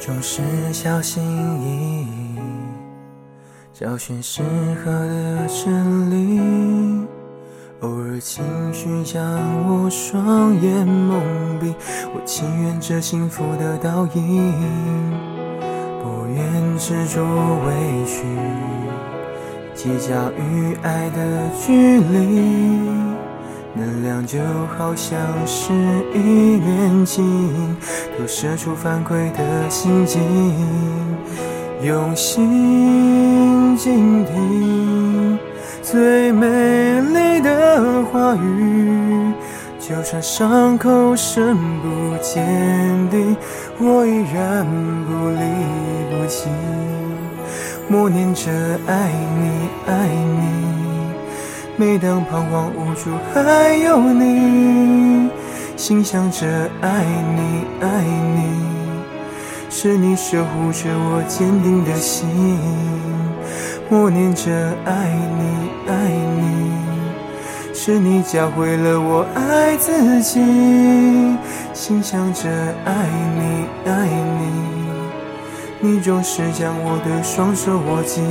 总是小心翼翼，找寻适合的真理。偶尔情绪将我双眼蒙蔽，我情愿这幸福的倒影，不愿执着委屈，计较与爱的距离。能量就好像是一面镜，投射出反馈的心境。用心倾听最美丽的话语，就算伤口深不见底，我依然不离不弃。默念着爱你爱你，每当彷徨无助还有你，心想着爱你爱你，是你守护着我坚定的心。默念着爱你爱你，是你教会了我爱自己。心想着爱你爱你，你总是将我的双手握紧。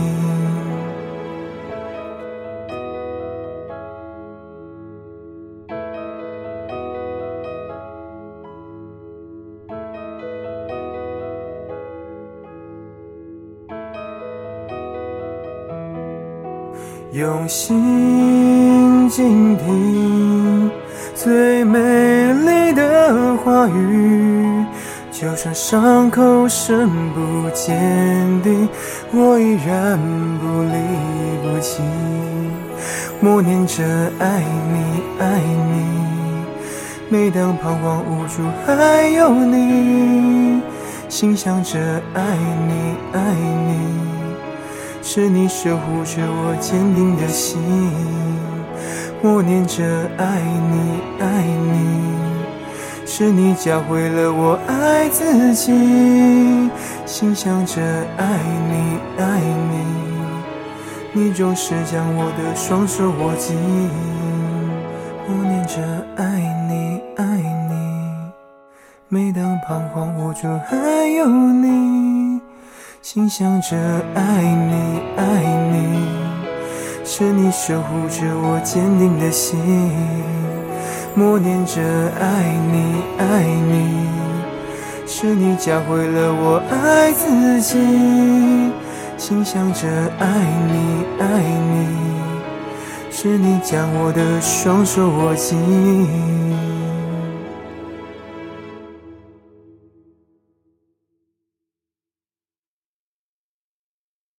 用心倾听最美丽的话语，就算伤口深不见底，我依然不离不弃。默念着爱你爱你，每当彷徨无助还有你，心想着爱你爱你，是你守护着我坚定的心。默念着爱你爱你，是你教会了我爱自己。心想着爱你爱你，你总是将我的双手握紧。默念着爱你爱你，每当彷徨无助还有你，心想着爱你爱你，是你守护着我坚定的心。默念着爱你爱你，是你教会了我爱自己。心想着爱你爱你，是你将我的双手握紧。